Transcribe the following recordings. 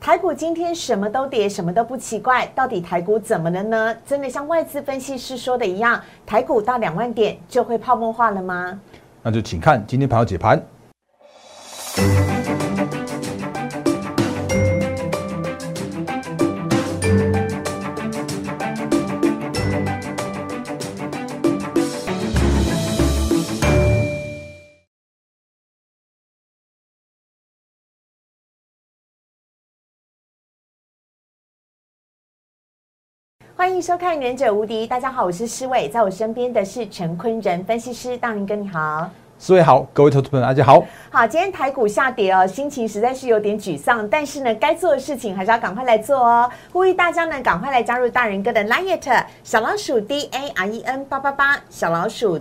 台股今天什么都跌，什么都不奇怪，到底台股怎么了呢？真的像外资分析师说的一样，台股到2万点就会泡沫化了吗？ 那就请看今天盘后解盘。 欢迎收看《忍者无敌》，大家好，我是施伟，在我身边的是陈坤仁分析师，大仁哥你好。 施伟好，各位投资朋友大家好。 好，今天台股下跌哦，心情实在是有点沮丧，但是呢，该做的事情还是要赶快来做哦。呼吁大家呢，赶快来加入大仁哥的 LINE 小老鼠 DAREN888，小老鼠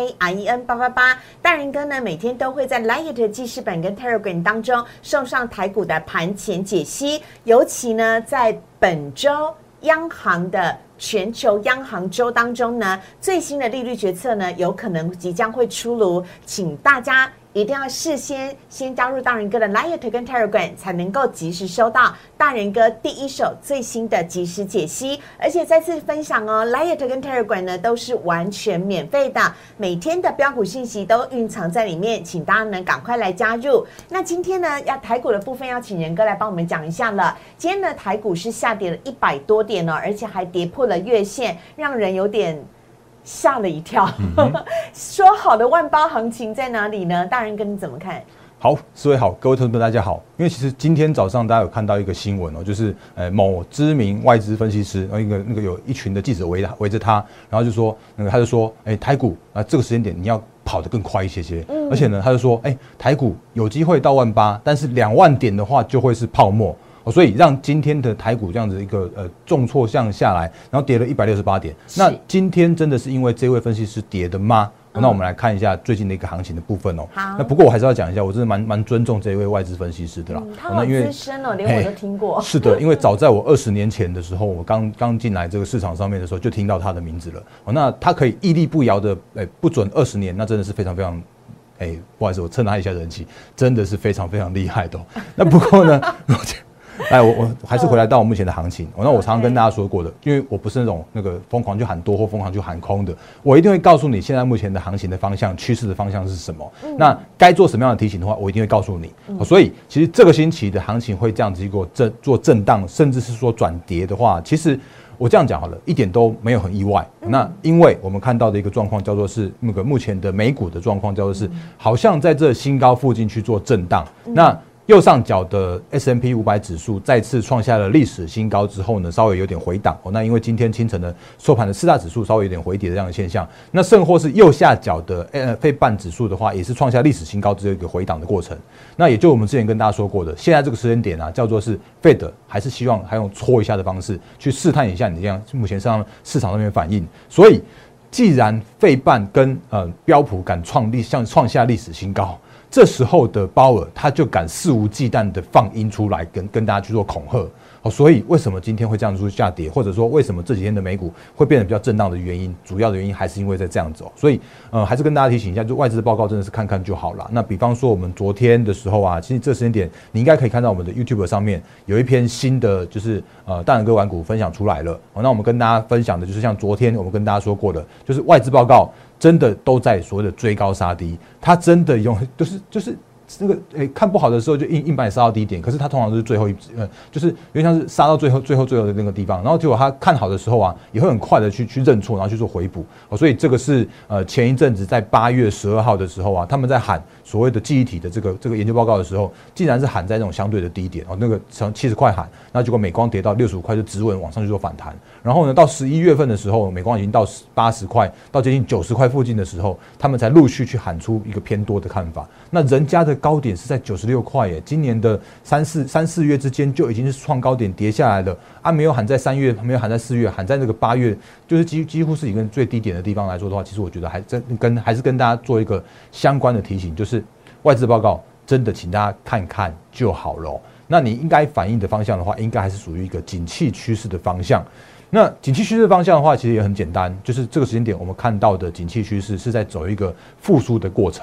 DAREN888。大仁哥呢，每天都会在 LINE 记事本跟 Telegram 当中送上台股的盘前解析，尤其呢，在本周央行的全球央行周当中呢，最新的利率决策呢，有可能即将会出炉，请大家一定要事先加入大仁哥的 LINE 跟 Telegram， 才能够及时收到大仁哥第一手最新的即时解析。而且再次分享哦 ，LINE 跟 Telegram 呢都是完全免费的，每天的标股信息都蕴藏在里面，请大家呢赶快来加入。那今天呢，要台股的部分要请仁哥来帮我们讲一下了。今天呢，台股是下跌了100多点哦，而且还跌破了月线，让人有点吓了一跳。说好的万八行情在哪里呢？大仁哥你怎么看？ 好，施伟好，各位投资朋友大家好。因为其实今天早上大家有看到一个新闻哦，就是某知名外资分析师，然后那个有一群的记者围着他，然后就说他就说，台股这个时间点你要跑得更快一些，而且呢他就说，台股有机会到18000，但是2万点的话就会是泡沫。所以让今天的台股这样子一个重挫向下来，然后跌了168点。那今天真的是因为这位分析师跌的吗？那我们来看一下最近的一个行情的部分哦。好，那不过我还是要讲一下，我真的蛮尊重这一位外资分析师的啦。 他好资深哦，连我都听过。 是的，因为早在我20年前的时候，我刚进来这个市场上面的时候，就听到他的名字了。那他可以屹立不摇的，不准20年，那真的是非常非常。不好意思，我蹭他一下人气，真的是非常非常厉害的。那不过呢，我还是回来到我目前的行情。那我常常跟大家说过的，因为我不是那个疯狂去喊多或疯狂去喊空的，我一定会告诉你现在目前的行情的方向、趋势的方向是什么。那该做什么样的提醒的话，我一定会告诉你。所以其实这个星期的行情会这样子一个做震荡，甚至是说转跌的话，其实我这样讲好了，一点都没有很意外。那因为我们看到的一个状况叫做是那个目前的美股的状况叫做是好像在这新高附近去做震荡。那右上角的 S&P 500指数再次创下了历史新高之后呢，稍微有点回档。那因为今天清晨的收盘的4大指数稍微有点回跌的这样的现象，那甚或是右下角的费半指数的话，也是创下历史新高这个回档的过程。那也就我们之前跟大家说过的，现在这个时间点叫做是 Fed 还是希望还用搓一下的方式去试探一下你这样目前市场上面反应。所以既然费半跟标普敢创下历史新高，这时候的鲍尔他就敢肆无忌惮的放鹰出来跟大家去做恐吓。所以为什么今天会这样子下跌，或者说为什么这几天的美股会变得比较震荡的原因，主要的原因还是因为在这样子所以还是跟大家提醒一下，就外资的报告真的是看看就好了。那比方说我们昨天的时候其实这时间点你应该可以看到我们的 YouTube 上面有一篇新的就是大仁哥玩股分享出来了。那我们跟大家分享的就是像昨天我们跟大家说过的，就是外资报告真的都在所谓的追高杀低，它真的就是那个看不好的时候就硬把你杀到低点，可是它通常都是最后就是有点像是杀到最后的那个地方，然后结果它看好的时候也会很快的去认错，然后去做回补。所以这个是前一阵子在8月12号的时候他们在喊所谓的记忆体的这个研究报告的时候，竟然是喊在那种相对的低点那个从70块喊，然后结果美光跌到65块就直稳往上去做反弹，然后呢到11月份的时候，美光已经到80块到接近90块附近的时候，他们才陆续去喊出一个偏多的看法。那人家的高点是在96块耶，今年的三四月之间就已经是创高点跌下来了没有喊在3月，没有喊在4月，喊在那个8月，就是几乎是一个最低点的地方来说的话，其实我觉得还是跟大家做一个相关的提醒，就是外资报告真的请大家看看就好了那你应该反映的方向的话，应该还是属于一个景气趋势的方向。那景气趋势的方向的话，其实也很简单，就是这个时间点我们看到的景气趋势是在走一个复苏的过程。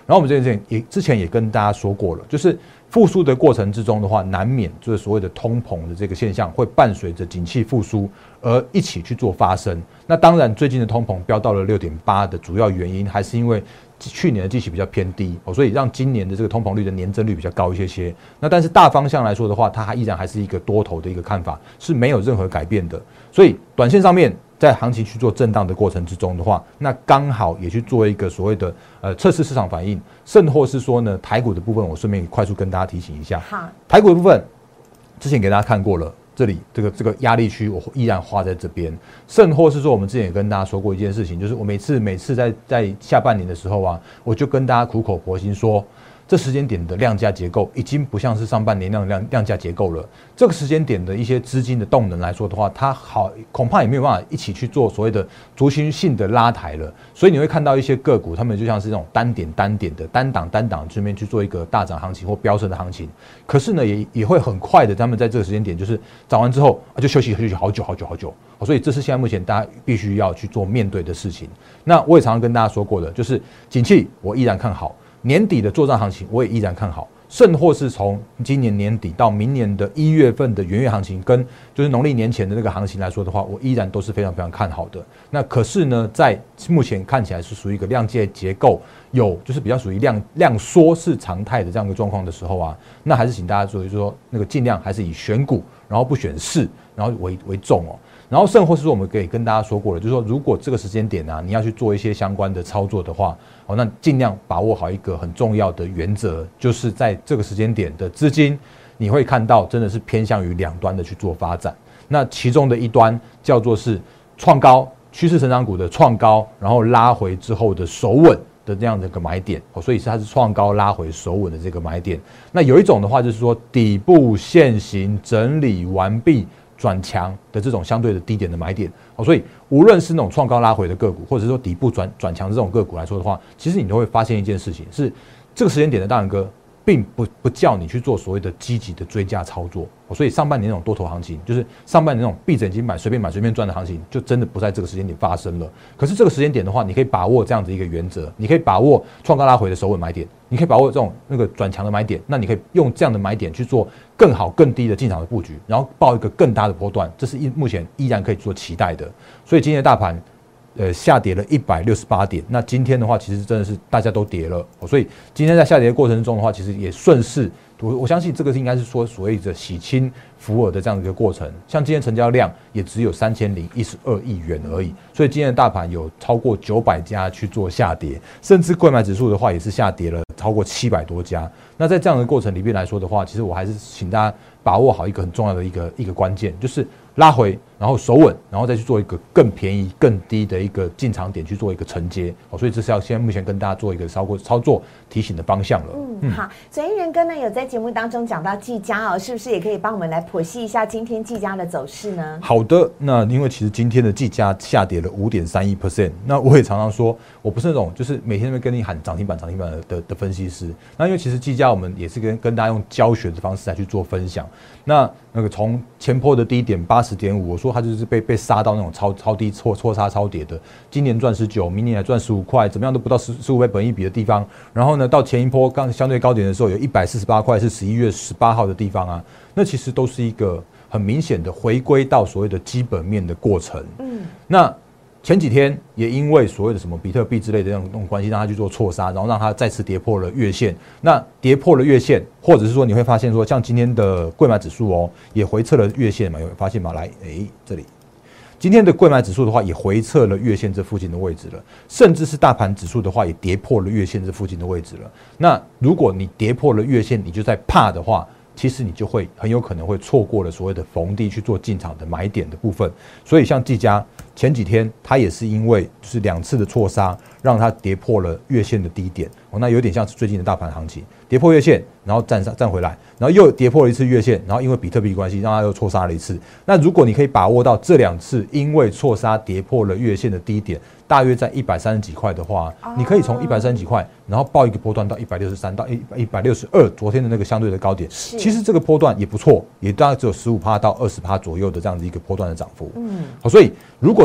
然后我们之前也跟大家说过了，就是复苏的过程之中的话，难免就是所谓的通膨的这个现象会伴随着景气复苏而一起去做发生。那当然，最近的通膨飙到了6.8%的主要原因还是因为去年的基期比较偏低，所以让今年的这个通膨率的年增率比较高一些。那但是大方向来说的话，它依然还是一个多头的一个看法，是没有任何改变的。所以短线上面，在行情去做震荡的过程之中的话，那刚好也去做一个所谓的测试市场反应，甚或是说呢，台股的部分，我顺便快速跟大家提醒一下。好，台股的部分之前给大家看过了。这里这个压力区我依然画在这边，甚或是说我们之前也跟大家说过一件事情，就是我每次在下半年的时候啊，我就跟大家苦口婆心说，这时间点的量价结构已经不像是上半年量价结构了。这个时间点的一些资金的动能来说的话，它恐怕也没有办法一起去做所谓的族群性的拉抬了。所以你会看到一些个股，他们就像是这种单点的单档这边去做一个大涨行情或飙升的行情。可是呢，也会很快的，他们在这个时间点就是涨完之后就休息好久。所以这是现在目前大家必须要去做面对的事情。那我也常常跟大家说过的，就是景气我依然看好。年底的作战行情我也依然看好，甚或是从今年年底到明年的1月份的元月行情，跟就是农历年前的那个行情来说的话，我依然都是非常非常看好的。那可是呢，在目前看起来是属于一个量价结构就是比较属于量缩是常态的这样一个状况的时候啊，那还是请大家注意说，那个尽量还是以选股，然后不选市，然后为重哦。然后甚或是说我们可以跟大家说过了，就是说如果这个时间点啊，你要去做一些相关的操作的话，那尽量把握好一个很重要的原则，就是在这个时间点的资金，你会看到真的是偏向于两端的去做发展。那其中的一端叫做是创高趋势成长股的创高，然后拉回之后的守稳的这样的一个买点，所以它是创高拉回守稳的这个买点。那有一种的话就是说底部现行整理完毕转强的这种相对的低点的买点，所以无论是那种创高拉回的个股，或者是说底部转强的这种个股来说的话，其实你都会发现一件事情，是这个时间点的大仁哥并不叫你去做所谓的积极的追价操作，所以上半年那种多头行情，就是上半年那种闭着眼睛买随便赚的行情，就真的不在这个时间点发生了。可是这个时间点的话，你可以把握这样子一个原则，你可以把握创高拉回的守稳买点，你可以把握这种那个转强的买点，那你可以用这样的买点去做更好更低的进场的布局，然后抱一个更大的波段，这是目前依然可以做期待的。所以今天的大盘下跌了168点，那今天的话其实真的是大家都跌了，所以今天在下跌的过程中的话，其实也顺势，我相信这个应该是说所谓的洗清浮额的这样一个过程。像今天成交量也只有3012亿元而已，所以今天的大盘有超过900家去做下跌，甚至柜买指数的话也是下跌了超过700多家。那在这样的过程里面来说的话，其实我还是请大家把握好一个很重要的一个关键，就是拉回，然后守稳，然后再去做一个更便宜、更低的一个进场点去做一个承接。所以这是要目前跟大家做一个操作提醒的方向了。 好，昨天仁哥呢有在节目当中讲到技嘉是不是也可以帮我们来剖析一下今天技嘉的走势呢？ 好的，那因为其实今天的技嘉下跌了5.31%，那我也常常说，我不是那种就是每天都跟你喊涨停板的分析师。那因为其实技嘉我们也是跟大家用教学的方式来去做分享。那个从前波的低点80.5，我说它就是被杀到那种超低错杀超跌的，今年赚19，明年还赚15块，怎么样都不到15倍本益比的地方。然后呢，到前一波相对高点的时候，有148块是11月18号的地方啊，那其实都是一个很明显的回归到所谓的基本面的过程。那前几天也因为所谓的什么比特币之类的那种关系，让它去做错杀，然后让它再次跌破了月线。那跌破了月线，或者是说你会发现说，像今天的柜买指数也回测了月线嘛，有发现吗？来，这里今天的柜买指数的话，也回测了月线这附近的位置了，甚至是大盘指数的话，也跌破了月线这附近的位置了。那如果你跌破了月线，你就在怕的话，其实你就会很有可能会错过了所谓的逢低去做进场的买点的部分。所以像技嘉前几天它也是因为就是2次的错杀，让它跌破了月线的低点，那有点像是最近的大盘行情，跌破月线，然后站回来，然后又跌破了一次月线，然后因为比特币关系让它又错杀了一次。那如果你可以把握到这2次因为错杀跌破了月线的低点，大约在130几块的话，你可以从130几块，然后报一个波段到163到162，昨天的那个相对的高点，其实这个波段也不错，也大概只有15%到20%左右的这样子一个波段的涨幅。所以如果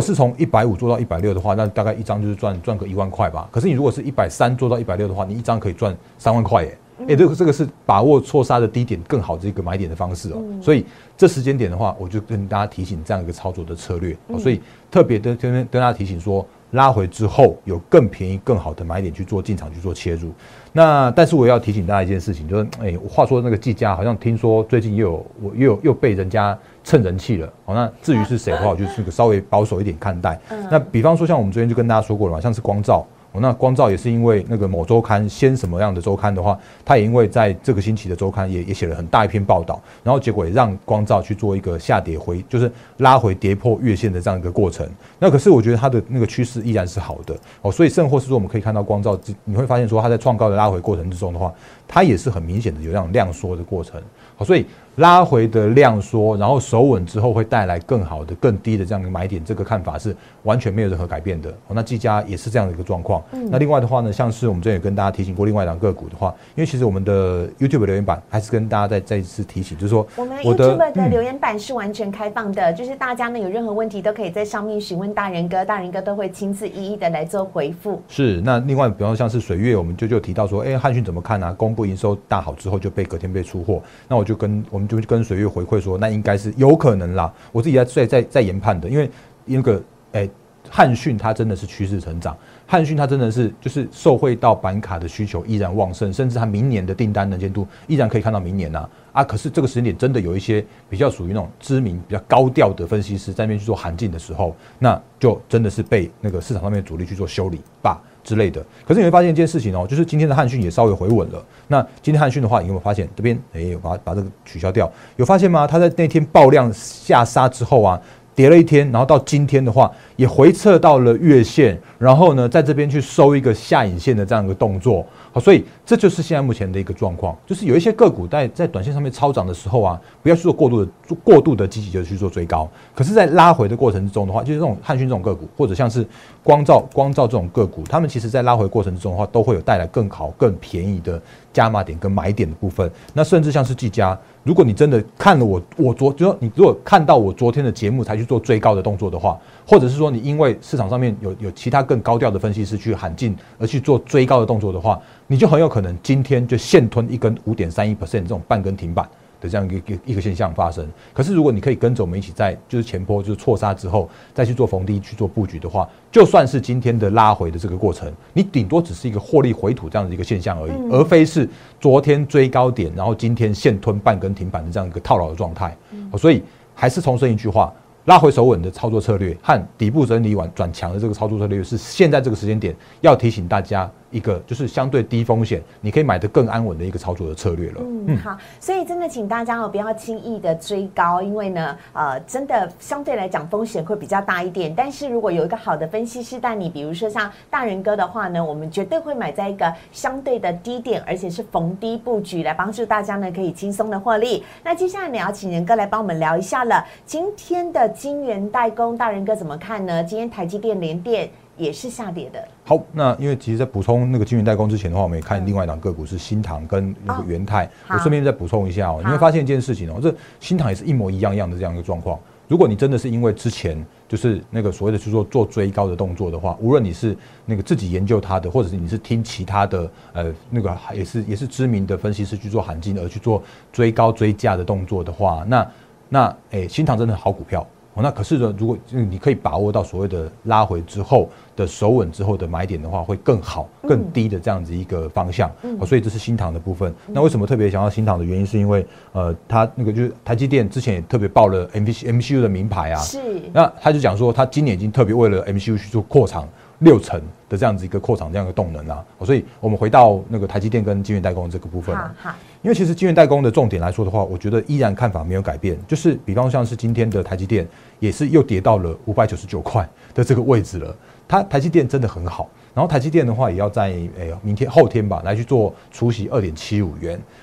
果是从150做到160的话，那大概一张就是赚个1万块吧。可是你如果是130做到160的话，你一张可以赚3万块耶。这个是把握错杀的低点更好的一个买点的方式哦。所以这时间点的话，我就跟大家提醒这样一个操作的策略。所以特别的跟大家提醒说，拉回之后有更便宜、更好的买点去做进场去做切入。那但是我要提醒大家一件事情，就是话说那个技嘉好像听说最近又被人家蹭人气了。那至于是谁的话，我就是稍微保守一点看待。那比方说像我们昨天就跟大家说过了嘛，像是光罩。那光罩也是因为那个某周刊先什么样的周刊的话，他也因为在这个星期的周刊也写了很大一篇报道，然后结果也让光罩去做一个下跌就是拉回跌破月线的这样一个过程。那可是我觉得它的那个趋势依然是好的所以甚或是说我们可以看到光罩，你会发现说它在创高的拉回过程之中的话，它也是很明显的有那种量缩的过程。所以拉回的量缩，然后守稳之后会带来更好的、更低的这样的买点，这个看法是完全没有任何改变的。那技嘉也是这样的一个状况。那另外的话呢，像是我们之前也跟大家提醒过另外一档个股的话，因为其实我们的 YouTube 留言板还是跟大家再一次提醒，就是说我们 YouTube 的留言板是完全开放的，就是大家呢有任何问题都可以在上面询问大人哥，大人哥都会亲自一一的来做回复。 是，那另外比方说像是水月，我们就提到说，汉讯怎么看啊？公布营收大好之后就隔天被出货，那我们就跟水月回馈说，那应该是有可能啦。我自己在研判的，因为那个汉讯它真的是趋势成长，汉讯它真的是就是受惠到板卡的需求依然旺盛，甚至它明年的订单能见度依然可以看到明年可是这个时间点真的有一些比较属于那种知名比较高调的分析师在那边去做喊进的时候，那就真的是被那个市场上面的主力去做修理吧之类的。可是你会发现一件事情就是今天的汉讯也稍微回稳了。那今天汉讯的话，你有没有发现这边把这个取消掉？有发现吗？它在那天爆量下杀之后跌了一天，然后到今天的话也回撤到了月线，然后呢在这边去收一个下影线的这样一个动作。所以这就是现在目前的一个状况，就是有一些个股在短线上面超涨的时候不要去做过度的积极的去做追高。可是在拉回的过程之中的话，就是这种汉讯这种个股，或者像是光罩这种个股，他们其实在拉回过程之中的话，都会有带来更好更便宜的加码点跟买点的部分。那甚至像是技嘉，如果你真的看了就是说你如果看到我昨天的节目才去做追高的动作的话，或者是说你因为市场上面有其他更高调的分析师去喊进而去做追高的动作的话，你就很有可能今天就现吞一根 5.31% 这种半根停板的这样一个现象发生。可是如果你可以跟着我们一起在就是前波就是错杀之后再去做逢低去做布局的话，就算是今天的拉回的这个过程，你顶多只是一个获利回吐这样的一个现象而已，而非是昨天追高点然后今天现吞半根停板的这样一个套牢的状态。所以还是重申一句话，拉回手稳的操作策略和底部整理转强的这个操作策略是现在这个时间点要提醒大家一个就是相对低风险，你可以买得更安稳的一个操作的策略了。 好，所以真的请大家不要轻易的追高，因为呢，真的相对来讲风险会比较大一点。但是如果有一个好的分析师带你，比如说像大人哥的话呢，我们绝对会买在一个相对的低点，而且是逢低布局，来帮助大家呢可以轻松的获利。那接下来你要请仁哥来帮我们聊一下了，今天的晶圆代工，大人哥怎么看呢？今天台积电、联电也是下跌的。 好，那因为其实在补充那个晶圆代工之前的话，我们也看另外一档个股是新唐跟那个元泰。我顺便再补充一下你会发现一件事情这新唐也是一模一样的这样一个状况。如果你真的是因为之前就是那个所谓的去做追高的动作的话，无论你是那个自己研究它的，或者是你是听其他的那个也是知名的分析师去做喊进而去做追高追价的动作的话，那新唐真的好股票。那可是呢，如果你可以把握到所谓的拉回之后的守稳之后的买点的话，会更好、更低的这样子一个方向。所以这是新唐的部分。那为什么特别想要新唐的原因，是因为它那个就是台积电之前也特别报了 MCU 的名牌是。 那他就讲说，他今年已经特别为了 MCU 去做扩厂6成的这样子一个扩厂这样的动能所以我们回到那个台积电跟晶圆代工这个部分因为其实晶圆代工的重点来说的话，我觉得依然看法没有改变，就是比方像是今天的台积电也是又跌到了599块的这个位置了。它台积电真的很好，然后台积电的话也要在明天后天吧来去做除息2.75元。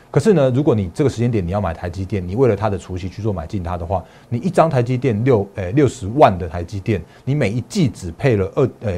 可是呢，如果你这个时间点你要买台积电，你为了它的除息去做买进它的话，你一张台积电60万的台积电，你每一季只配了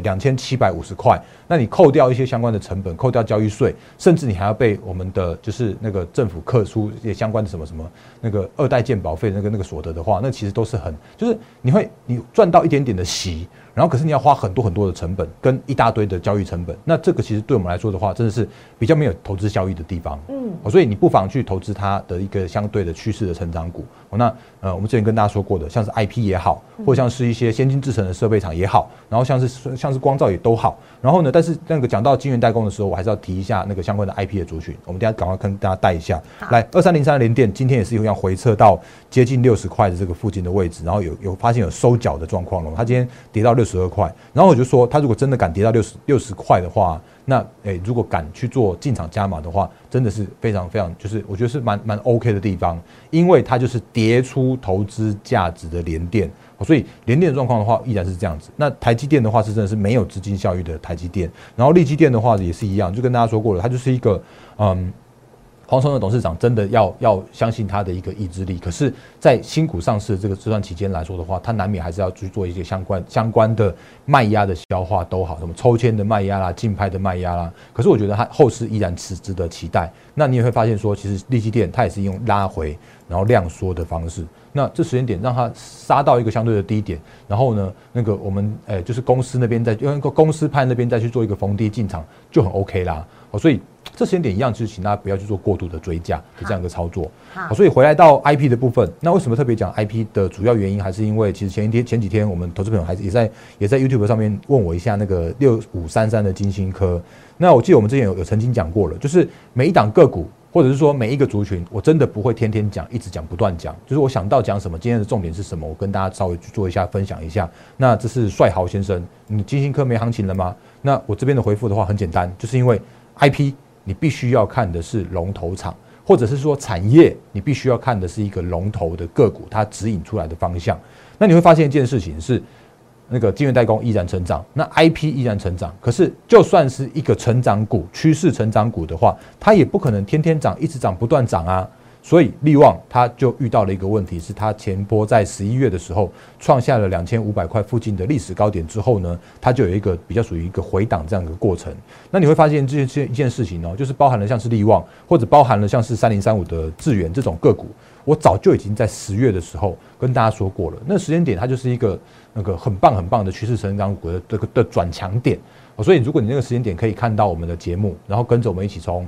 2750块，那你扣掉一些相关的成本，扣掉交易税，甚至你还要被我们的就是那个政府课出一些相关的什么那个2代健保费那个所得的话，那其实都是就是你赚到一点点的息。然后可是你要花很多很多的成本跟一大堆的交易成本，那这个其实对我们来说的话，真的是比较没有投资效益的地方。所以你不妨去投资它的一个相对的趋势的成长股。那我们之前跟大家说过的，像是 IP 也好，或像是一些先进制程的设备厂也好，然后像是光罩也都好。然后呢，但是那个讲到晶圆代工的时候，我还是要提一下那个相关的 IP 的族群。我们等一下赶快跟大家带一下。来，2303的联电今天也是一样回撤到接近60块的这个附近的位置，然后有发现有收脚的状况了。它今天跌到62块，然后我就说，它如果真的敢跌到60块的话，那如果敢去做进场加码的话，真的是非常非常，就是我觉得是蛮 OK 的地方，因为它就是跌出投资价值的联电，所以联电的状况的话依然是这样子。那台积电的话是真的是没有资金效益的台积电，然后力积电的话也是一样，就跟大家说过了，它就是一个黄崇仁董事长真的要相信他的一个意志力，可是，在新股上市的这段期间来说的话，他难免还是要去做一些相关的卖压的消化都好，什么抽签的卖压啦、竞拍的卖压啦。可是我觉得它后市依然值得期待。那你也会发现说，其实力积电它也是用拉回然后量缩的方式。那这时间点让它杀到一个相对的低点，然后呢，那个我们就是公司那边用公司派那边再去做一个逢低进场就很 OK 啦。所以这时间点一样，就是请大家不要去做过度的追价的这样一个操作。所以回来到 IP 的部分，那为什么特别讲 IP 的主要原因，还是因为其实前几天我们投资朋友还是也在 YouTube 上面问我一下那个6533的金星科。那我记得我们之前有曾经讲过了，就是每一档个股，或者是说每一个族群，我真的不会天天讲，一直讲，不断讲。就是我想到讲什么，今天的重点是什么，我跟大家稍微去做一下分享一下。那这是帅豪先生，你金星科没行情了吗？那我这边的回复的话很简单，就是因为 IP 你必须要看的是龙头厂，或者是说产业你必须要看的是一个龙头的个股，它指引出来的方向。那你会发现一件事情是，那个晶圆代工依然成长，那 IP 依然成长。可是就算是一个成长股、趋势成长股的话，它也不可能天天涨、一直涨、不断涨啊。所以力旺它就遇到了一个问题，是它前波在11月的时候创下了2500块附近的历史高点之后呢，它就有一个比较属于一个回档这样的过程。那你会发现这一件事情就是包含了像是力旺，或者包含了像是3035的智原这种个股，我早就已经在10月的时候跟大家说过了。那时间点它就是一个那个很棒很棒的趋势成长股的转强点。所以如果你那个时间点可以看到我们的节目，然后跟着我们一起从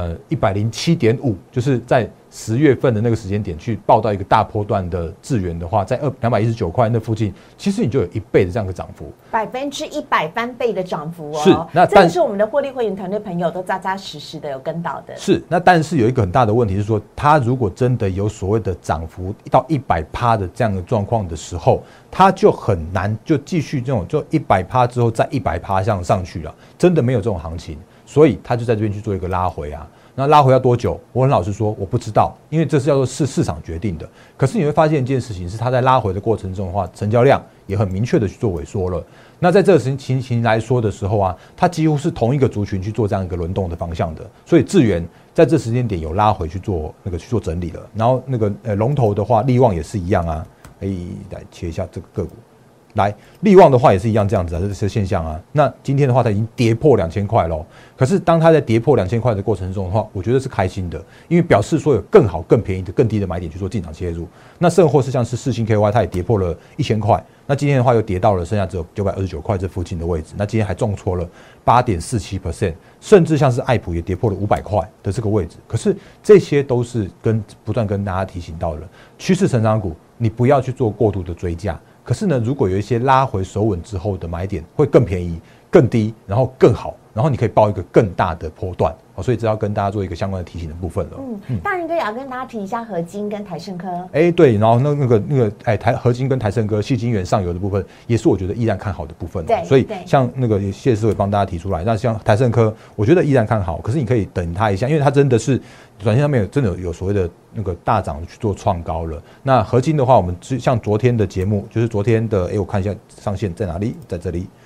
107.5，就是在10月份的那个时间点去报到一个大波段的智原的话，在219块那附近，其实你就有1倍的这样的涨幅 ，100%翻倍的涨幅哦。 是，那这个是我们的获利会员团队朋友都扎扎实实的有跟到的。 是，那但是有一个很大的问题是说，它如果真的有所谓的涨幅到100%的这样的状况的时候，它就很难就继续这种就100%之后再100%上去了，真的没有这种行情，所以它就在这边去做一个拉回啊。那拉回要多久？我很老实说，我不知道，因为这是叫做市场决定的。可是你会发现一件事情是，它在拉回的过程中的话，成交量也很明确的去做萎缩了。那在这个情形来说的时候啊，它几乎是同一个族群去做这样一个轮动的方向的。所以智原在这时间点有拉回去做整理了。然后那个龙头的话，力旺也是一样啊。来切一下这个个股。来，力旺的话也是一样这样子啊，这是现象啊。那今天的话，它已经跌破2000块了。可是当它在跌破2000块的过程中的话，我觉得是开心的，因为表示说有更好、更便宜的、更低的买点去做进场切入。那甚或是像是世芯 KY， 它也跌破了1000块。那今天的话又跌到了剩下只有929块这附近的位置。那今天还重挫了 8.47%， 甚至像是爱普也跌破了500块的这个位置。可是这些都是不断跟大家提醒到了，趋势成长股你不要去做过度的追价。可是呢，如果有一些拉回守稳之后的买点会更便宜、更低，然后更好，然后你可以报一个更大的波段，所以这要跟大家做一个相关的提醒的部分了。 大人哥也要跟大家提一下合金跟台胜科。 对，然后那个合金跟台胜科、矽晶圆上游的部分，也是我觉得依然看好的部分。 对， 所以像那个谢思伟帮大家提出来，那像台胜科，我觉得依然看好，可是你可以等它一下，因为它真的是短线上面真的有所谓的那个大涨去做创高了。那合金的话，我们像昨天的节目，就是昨天的我看一下上限在哪里，在这里。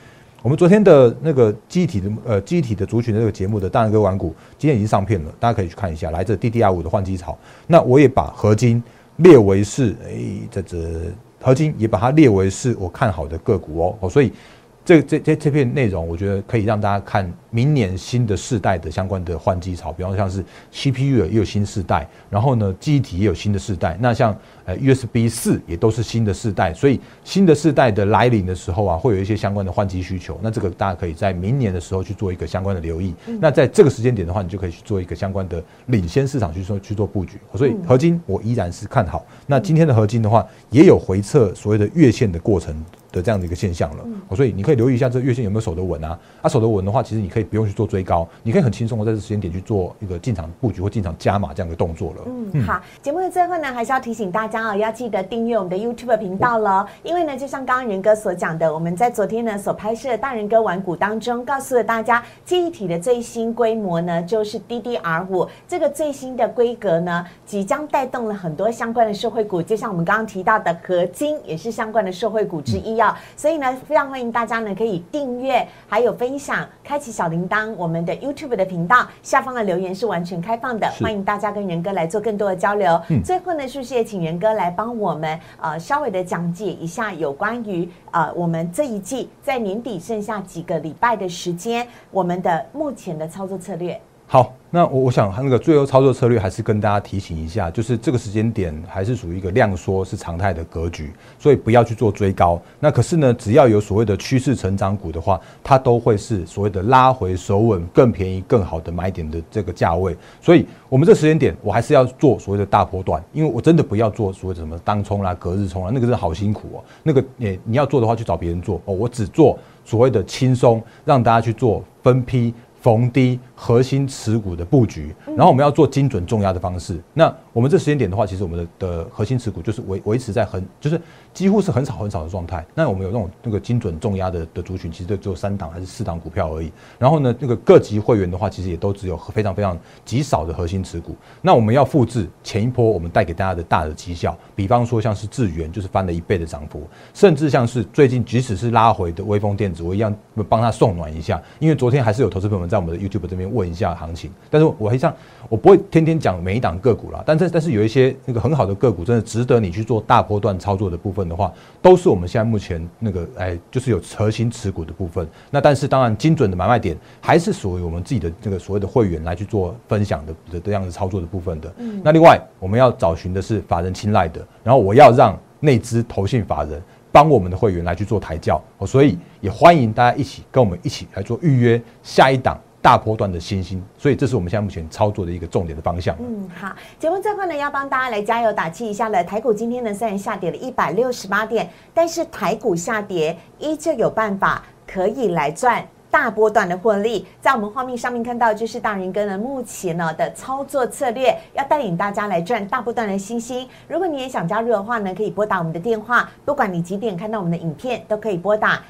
我们昨天的那个记忆体的族群的这个节目的大人哥玩股，今天已经上片了，大家可以去看一下。来自 DDR5 的换机潮，那我也把合金列为是，合金也把它列为是我看好的个股哦，所以这片内容，我觉得可以让大家看明年新的世代的相关的换机潮，比方像是 CPU 也有新世代，然后呢，记忆体也有新的世代，那像USB 4也都是新的世代，所以新的世代的来临的时候啊，会有一些相关的换机需求，那这个大家可以在明年的时候去做一个相关的留意。那在这个时间点的话，你就可以去做一个相关的领先市场去做布局。所以合金我依然是看好。那今天的合金的话，也有回测所谓的月线的过程的这样的一个现象了，所以你可以留意一下这个月线有没有守得稳啊？守得稳的话，其实你可以不用去做追高，你可以很轻松的在这时间点去做一个进场布局或进场加码这样的动作了。 好，节目的最后呢，还是要提醒大家要记得订阅我们的 YouTube 频道了，因为呢，就像刚刚仁哥所讲的，我们在昨天呢所拍摄的大仁哥玩股当中，告诉了大家记忆体的最新规模呢，就是 DDR5 这个最新的规格呢，即将带动了很多相关的社会股，就像我们刚刚提到的合金也是相关的社会股之一啊。所以呢，非常欢迎大家呢可以订阅，还有分享，开启小铃铛。我们的 YouTube 的频道下方的留言是完全开放的，欢迎大家跟仁哥来做更多的交流。最后呢，是不是也请仁哥来帮我们稍微的讲解一下有关于我们这一季在年底剩下几个礼拜的时间，我们的目前的操作策略？ 好，那我想那个最后操作策略还是跟大家提醒一下，就是这个时间点还是属于一个量缩是常态的格局，所以不要去做追高。那可是呢，只要有所谓的趋势成长股的话，它都会是所谓的拉回守稳、更便宜、更好的买点的这个价位。所以我们这时间点，我还是要做所谓的大波段，因为我真的不要做所谓的什么当冲啦、隔日冲啦，那个是好辛苦哦。那个你要做的话，去找别人做哦。我只做所谓的轻松，让大家去做分批。逢低核心持股的布局，然后我们要做精准重压的方式。那我们这时间点的话，其实我们的核心持股就是维持在就是几乎是很少的状态。那我们有那个精准重压的族群，其实只有3档还是4档股票而已。然后呢，那个各级会员的话，其实也都只有非常极少的核心持股。那我们要复制前一波我们带给大家的大的绩效，比方说像是智原就是翻了1倍的涨幅，甚至像是最近即使是拉回的微风电子，我一样帮他送暖一下，因为昨天还是有投资朋友们在我们的 YouTube 这边问一下行情，但是我不会天天讲每一档个股啦，但是有一些那个很好的个股，真的值得你去做大波段操作的部分的话，都是我们现在目前那个就是有核心持股的部分。那但是当然精准的买卖点还是属于我们自己的这个所谓的会员来去做分享的这样子操作的部分的。那另外我们要找寻的是法人青睐的，然后我要让内资投信法人帮我们的会员来去做抬轿，所以也欢迎大家跟我们一起来做预约下一档大波段的新兴，所以这是我们现在目前操作的一个重点的方向。 好，节目最后呢，要帮大家来加油打气一下了。台股今天呢虽然下跌了168点，但是台股下跌依旧有办法可以来赚大波段的获利。在我们画面上面看到，就是大仁哥呢目前呢的操作策略，要带领大家来赚大波段的新兴。如果你也想加入的话呢，可以拨打我们的电话，不管你几点看到我们的影片，都可以拨打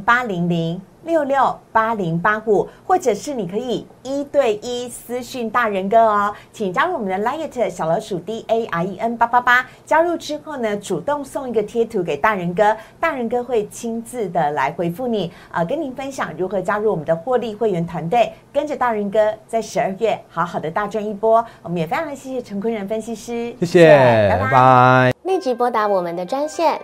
0800668085，或者是你可以1对1私讯大仁哥哦。请加入我们的 Lite 小老鼠 DAREN888，加入之后呢，主动送一个贴图给大仁哥，大仁哥会亲自的来回复你，跟您分享如何加入我们的获利会员团队，跟着大仁哥在12月好好的大赚一波。我们也非常的谢谢陈坤仁分析师， 谢谢，拜拜。 立即拨打我们的专线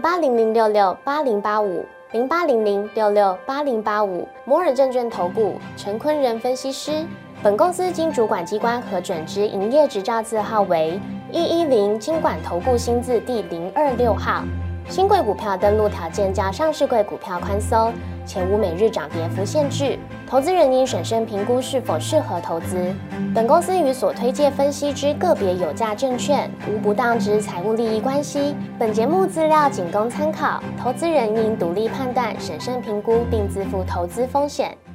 0800668085。0800668085，摩尔证券投顾陈坤仁分析师。本公司经主管机关核准之营业执照字号为110金管投顾新字第026号。新贵股票登录条件较上市贵股票宽松，且无每日涨跌幅限制。投资人应审慎评估是否适合投资。本公司与所推介分析之个别有价证券无不当之财务利益关系。本节目资料仅供参考，投资人应独立判断、审慎评估并自负投资风险。